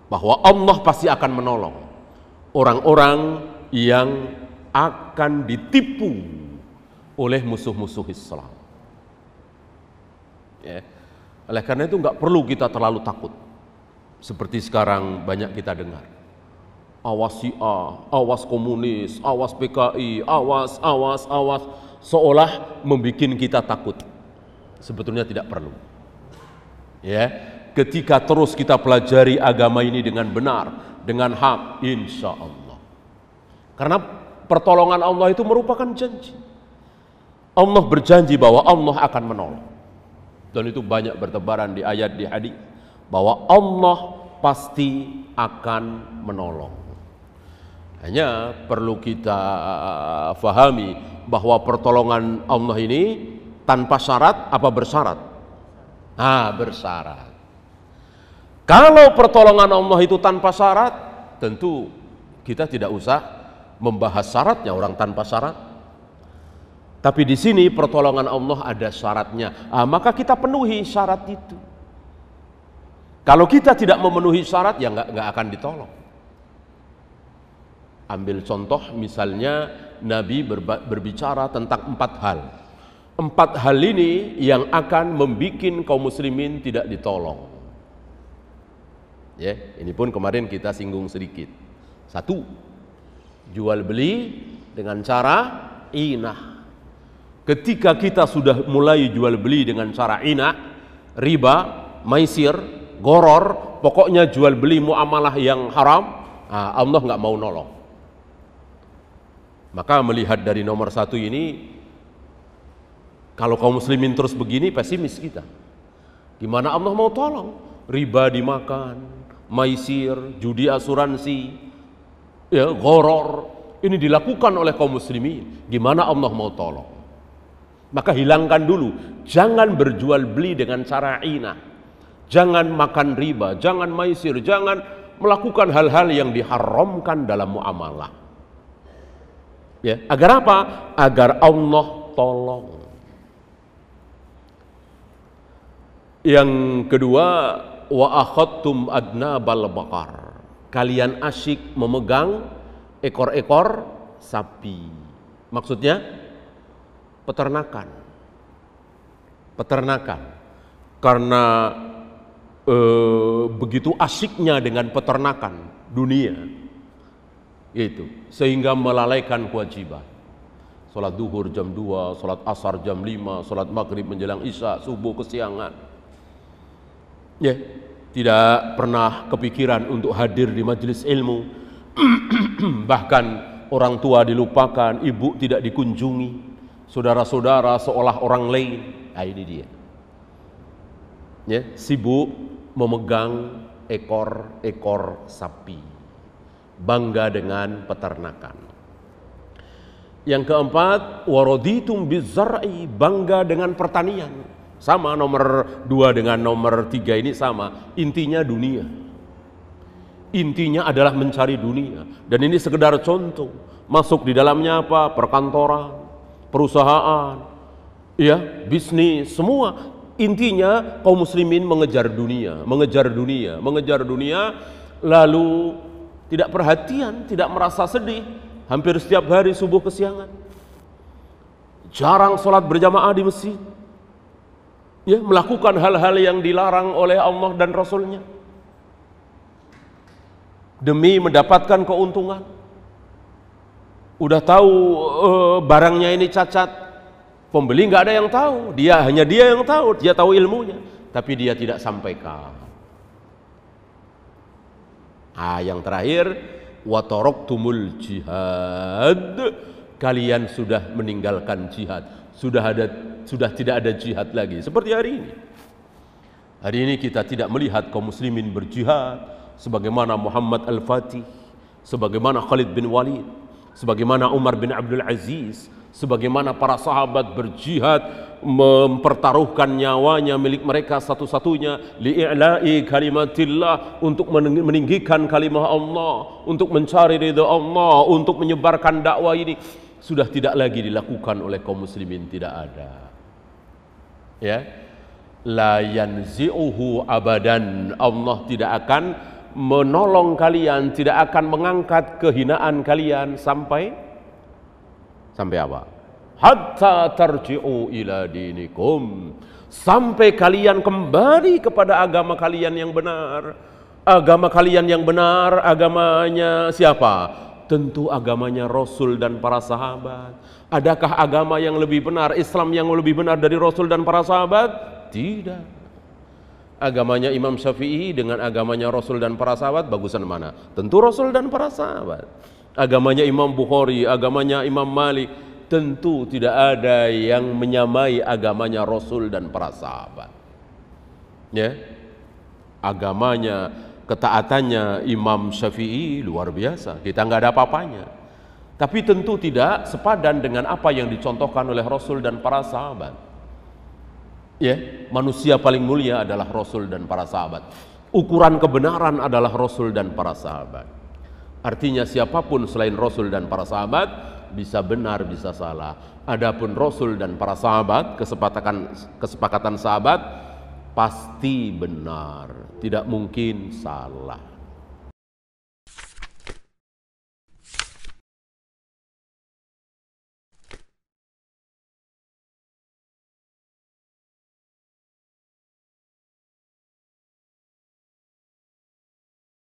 bahwa Allah pasti akan menolong orang-orang yang akan ditipu oleh musuh-musuh Islam. Ya. Oleh karena itu nggak perlu kita terlalu takut. Seperti sekarang banyak kita dengar, awas Syiah, awas komunis, awas PKI, awas, seolah membuat kita takut. Sebetulnya tidak perlu. Ya, ketika terus kita pelajari agama ini dengan benar, dengan hak, insya Allah. Karena pertolongan Allah itu merupakan janji. Allah berjanji bahwa Allah akan menolong. Dan itu banyak bertebaran di ayat, di hadis, bahwa Allah pasti akan menolong. Hanya perlu kita fahami bahwa pertolongan Allah ini tanpa syarat apa bersyarat? Bersyarat. Kalau pertolongan Allah itu tanpa syarat, tentu kita tidak usah membahas syaratnya, orang tanpa syarat. Tapi di sini pertolongan Allah ada syaratnya. Maka kita penuhi syarat itu. Kalau kita tidak memenuhi syarat, ya nggak akan ditolong. Ambil contoh misalnya Nabi berbicara tentang 4 hal. 4 hal ini yang akan membuat kaum muslimin tidak ditolong. Ya, ini pun kemarin kita singgung sedikit. 1, jual beli dengan cara inah. Ketika kita sudah mulai jual beli dengan cara inah, riba, maisir, goror, pokoknya jual beli muamalah yang haram, Allah nggak mau nolong. Maka melihat dari nomor 1 ini, kalau kaum muslimin terus begini, pesimis kita. Gimana Allah mau tolong? Riba dimakan, maisir, judi asuransi, ya, goror, ini dilakukan oleh kaum muslimin. Gimana Allah mau tolong? Maka hilangkan dulu, jangan berjual beli dengan cara inah, jangan makan riba, jangan maisir, jangan melakukan hal-hal yang diharamkan dalam muamalah. Ya, agar apa? Agar Allah tolong. Yang kedua, wa akhadtum adnabal baqar. Kalian asyik memegang ekor-ekor sapi. Maksudnya peternakan. Karena begitu asyiknya dengan peternakan dunia itu, sehingga melalaikan kewajiban. Salat duhur jam 2, salat asar jam 5, salat maghrib menjelang isya, subuh kesiangan. Ya, tidak pernah kepikiran untuk hadir di majelis ilmu. Bahkan orang tua dilupakan, ibu tidak dikunjungi, saudara-saudara seolah orang lain. Ini dia. Ya, sibuk memegang ekor-ekor sapi, bangga dengan peternakan. Yang keempat, waraditum bizar'i, bangga dengan pertanian. Sama, nomor 2 dengan nomor 3 ini sama, intinya dunia. Intinya adalah mencari dunia. Dan ini sekedar contoh. Masuk di dalamnya apa? Perkantoran, perusahaan, ya, bisnis, semua. Intinya kaum muslimin mengejar dunia, lalu tidak perhatian, tidak merasa sedih. Hampir setiap hari subuh kesiangan, jarang sholat berjamaah di masjid, ya, melakukan hal-hal yang dilarang oleh Allah dan Rasulnya demi mendapatkan keuntungan. Udah tahu barangnya ini cacat, pembeli nggak ada yang tahu, hanya dia yang tahu, dia tahu ilmunya, tapi dia tidak sampaikan. Yang terakhir, wa taraktumul jihad, kalian sudah meninggalkan jihad, sudah tidak ada jihad lagi. Seperti hari ini. Hari ini kita tidak melihat kaum muslimin berjihad sebagaimana Muhammad Al-Fatih, sebagaimana Khalid bin Walid, sebagaimana Umar bin Abdul Aziz, sebagaimana para sahabat berjihad, mempertaruhkan nyawanya milik mereka satu-satunya li'i'la'i kalimatillah, untuk meninggikan kalimah Allah, untuk mencari ridha Allah, untuk menyebarkan dakwah ini. Sudah tidak lagi dilakukan oleh kaum muslimin, tidak ada. Ya, la yanzi'uhu abadan, Allah tidak akan menolong kalian, tidak akan mengangkat kehinaan kalian sampai apa? Hatta tarji'u ila dinikum, sampai kalian kembali kepada agama kalian yang benar. Agama kalian yang benar, agamanya siapa? Tentu agamanya Rasul dan para sahabat. Adakah agama yang lebih benar, Islam yang lebih benar dari Rasul dan para sahabat? Tidak. Agamanya Imam Syafi'i dengan agamanya Rasul dan para sahabat, bagusan mana? Tentu Rasul dan para sahabat. Agamanya Imam Bukhari, agamanya Imam Malik, tentu tidak ada yang menyamai agamanya Rasul dan para sahabat. Ya, agamanya, ketaatannya Imam Syafi'i luar biasa, kita nggak ada apa-apanya. Tapi tentu tidak sepadan dengan apa yang dicontohkan oleh Rasul dan para sahabat. Ya, manusia paling mulia adalah Rasul dan para sahabat. Ukuran kebenaran adalah Rasul dan para sahabat. Artinya siapapun selain Rasul dan para sahabat bisa benar, bisa salah. Adapun Rasul dan para sahabat, kesepakatan sahabat pasti benar, tidak mungkin salah.